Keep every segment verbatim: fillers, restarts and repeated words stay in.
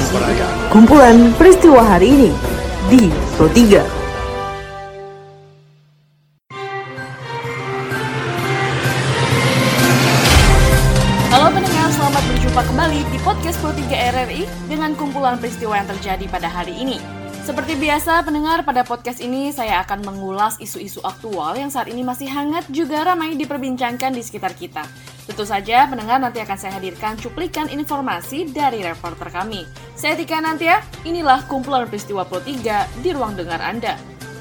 Kumpulan peristiwa hari ini di Pro tiga. Halo pendengar, selamat berjumpa kembali di podcast Pro tiga R R I dengan kumpulan peristiwa yang terjadi pada hari ini. Seperti biasa, pendengar, pada podcast ini saya akan mengulas isu-isu aktual yang saat ini masih hangat juga ramai diperbincangkan di sekitar kita. Tentu saja, pendengar, nanti akan saya hadirkan cuplikan informasi dari reporter kami. Saya Tika Nantia, inilah kumpulan peristiwa Pro tiga di ruang dengar Anda.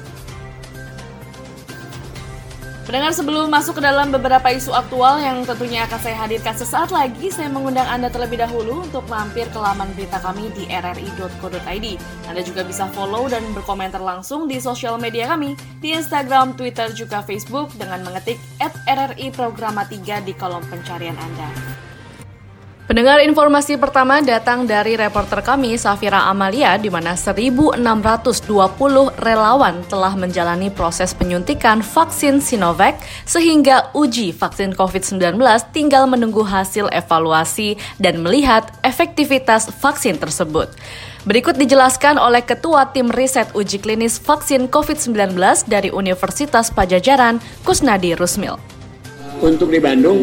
Pendengar, sebelum masuk ke dalam beberapa isu aktual yang tentunya akan saya hadirkan sesaat lagi, saya mengundang Anda terlebih dahulu untuk mampir ke laman berita kami di r r i dot co dot i d. Anda juga bisa follow dan berkomentar langsung di sosial media kami, di Instagram, Twitter, juga Facebook dengan mengetik at r r i programa tiga di kolom pencarian Anda. Pendengar, informasi pertama datang dari reporter kami, Safira Amalia, di mana seribu enam ratus dua puluh relawan telah menjalani proses penyuntikan vaksin Sinovac sehingga uji vaksin covid sembilan belas tinggal menunggu hasil evaluasi dan melihat efektivitas vaksin tersebut. Berikut dijelaskan oleh Ketua Tim Riset Uji Klinis Vaksin covid sembilan belas dari Universitas Padjadjaran, Kusnadi Rusmil. Untuk di Bandung,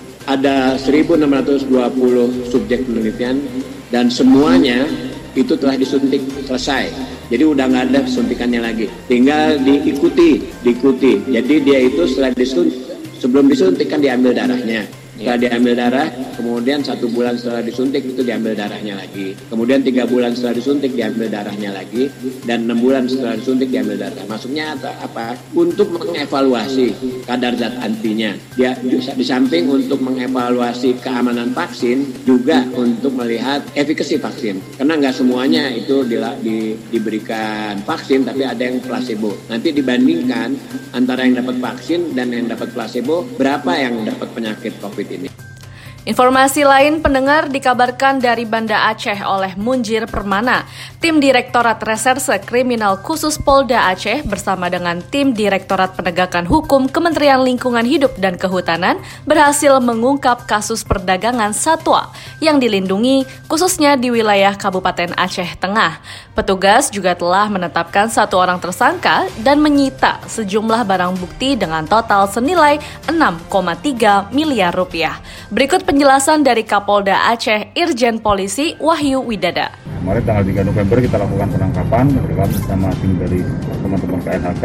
ada seribu enam ratus dua puluh subjek penelitian dan semuanya itu telah disuntik selesai. Jadi udah nggak ada suntikannya lagi. Tinggal diikuti, diikuti. Jadi dia itu setelah disuntik, sebelum disuntik kan diambil darahnya. Setelah diambil darah, kemudian satu bulan setelah disuntik itu diambil darahnya lagi. Kemudian tiga bulan setelah disuntik diambil darahnya lagi. Dan enam bulan setelah disuntik diambil darah. Maksudnya apa? Untuk mengevaluasi kadar zat antinya. Dia di samping untuk mengevaluasi keamanan vaksin, juga untuk melihat efikasi vaksin. Karena nggak semuanya itu di, di, diberikan vaksin, tapi ada yang placebo. Nanti dibandingkan antara yang dapat vaksin dan yang dapat placebo, berapa yang dapat penyakit COVID ini. Informasi lain, pendengar, dikabarkan dari Banda Aceh oleh Munjir Permana. Tim Direktorat Reserse Kriminal Khusus Polda Aceh bersama dengan tim Direktorat Penegakan Hukum Kementerian Lingkungan Hidup dan Kehutanan berhasil mengungkap kasus perdagangan satwa yang dilindungi khususnya di wilayah Kabupaten Aceh Tengah. Petugas juga telah menetapkan satu orang tersangka dan menyita sejumlah barang bukti dengan total senilai enam koma tiga miliar rupiah. Berikut penjelasan dari Kapolda Aceh, Irjen Polisi Wahyu Widada. Kemarin tanggal tiga November kita lakukan penangkapan bersama tim dari teman-teman K L H K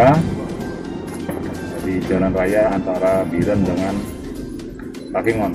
di jalan raya antara Biren dengan Takingon.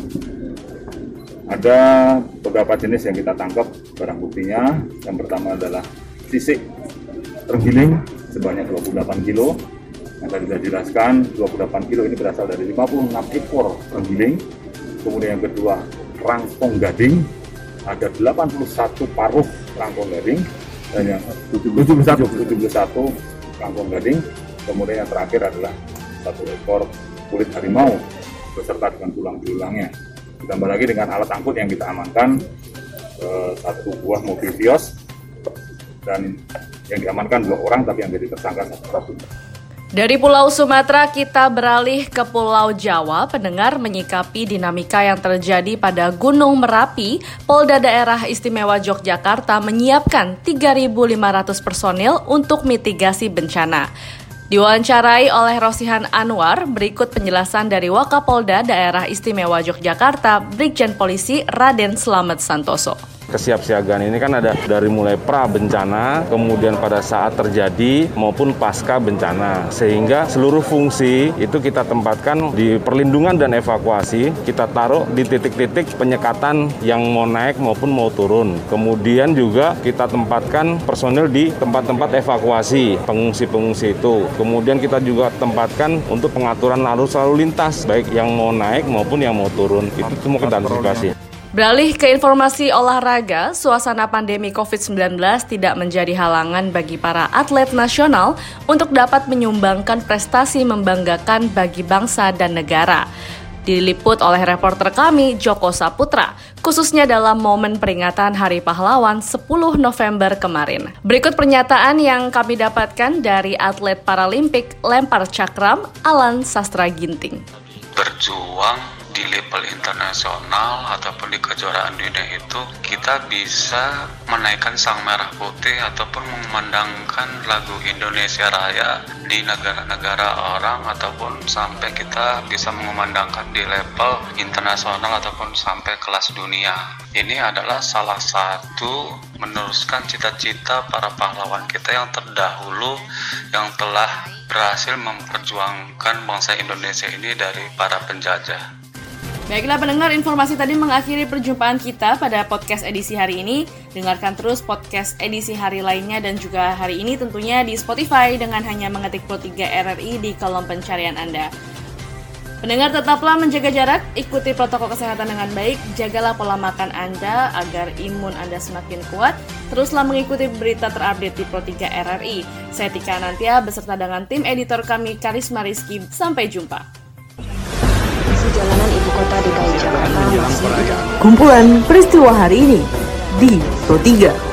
Ada beberapa jenis yang kita tangkap barang buktinya. Yang pertama adalah sisik terenggiling sebanyak dua puluh delapan kilo. Yang tadi sudah dijelaskan, dua puluh delapan kilo ini berasal dari lima puluh enam ekor terenggiling. Kemudian yang kedua, rangkong gading, ada delapan puluh satu paruh rangkong gading, dan yang tujuh puluh satu rangkong gading. Kemudian yang terakhir adalah satu ekor kulit harimau beserta dengan tulang-tulangnya. Ditambah lagi dengan alat angkut yang kita amankan, eh, satu buah mobil Vios, dan yang diamankan dua orang, tapi yang jadi tersangka satu. Dari Pulau Sumatera kita beralih ke Pulau Jawa. Pendengar, menyikapi dinamika yang terjadi pada Gunung Merapi, Polda Daerah Istimewa Yogyakarta menyiapkan tiga ribu lima ratus personil untuk mitigasi bencana. Diwawancarai oleh Rosihan Anwar, berikut penjelasan dari Wakapolda Daerah Istimewa Yogyakarta, Brigjen Polisi Raden Slamet Santoso. Kesiapsiagaan ini kan ada dari mulai pra bencana, kemudian pada saat terjadi maupun pasca bencana. Sehingga seluruh fungsi itu kita tempatkan di perlindungan dan evakuasi, kita taruh di titik-titik penyekatan yang mau naik maupun mau turun. Kemudian juga kita tempatkan personil di tempat-tempat evakuasi pengungsi-pengungsi itu. Kemudian kita juga tempatkan untuk pengaturan arus lalu lintas, baik yang mau naik maupun yang mau turun. Itu semua kita antisipasi. Beralih ke informasi olahraga, suasana pandemi covid sembilan belas tidak menjadi halangan bagi para atlet nasional untuk dapat menyumbangkan prestasi membanggakan bagi bangsa dan negara. Diliput oleh reporter kami, Joko Saputra, khususnya dalam momen peringatan Hari Pahlawan sepuluh November kemarin. Berikut pernyataan yang kami dapatkan dari atlet Paralimpik lempar cakram Alan Sastra Ginting. Berjuang di level internasional ataupun di kejuaraan dunia itu kita bisa menaikkan sang merah putih ataupun mengumandangkan lagu Indonesia Raya di negara-negara orang ataupun sampai kita bisa mengumandangkan di level internasional ataupun sampai kelas dunia. Ini adalah salah satu meneruskan cita-cita para pahlawan kita yang terdahulu yang telah berhasil memperjuangkan bangsa Indonesia ini dari para penjajah. Baiklah pendengar, informasi tadi mengakhiri perjumpaan kita pada podcast edisi hari ini. Dengarkan terus podcast edisi hari lainnya dan juga hari ini tentunya di Spotify dengan hanya mengetik Pro tiga R R I di kolom pencarian Anda. Pendengar, tetaplah menjaga jarak, ikuti protokol kesehatan dengan baik, jagalah pola makan Anda agar imun Anda semakin kuat. Teruslah mengikuti berita terupdate di Pro tiga R R I. Saya Tika Nantia beserta dengan tim editor kami Karisma Rizky. Sampai jumpa. Jalanan ibu kota D K I Jakarta masih Kumpulan peristiwa hari ini di Pro tiga.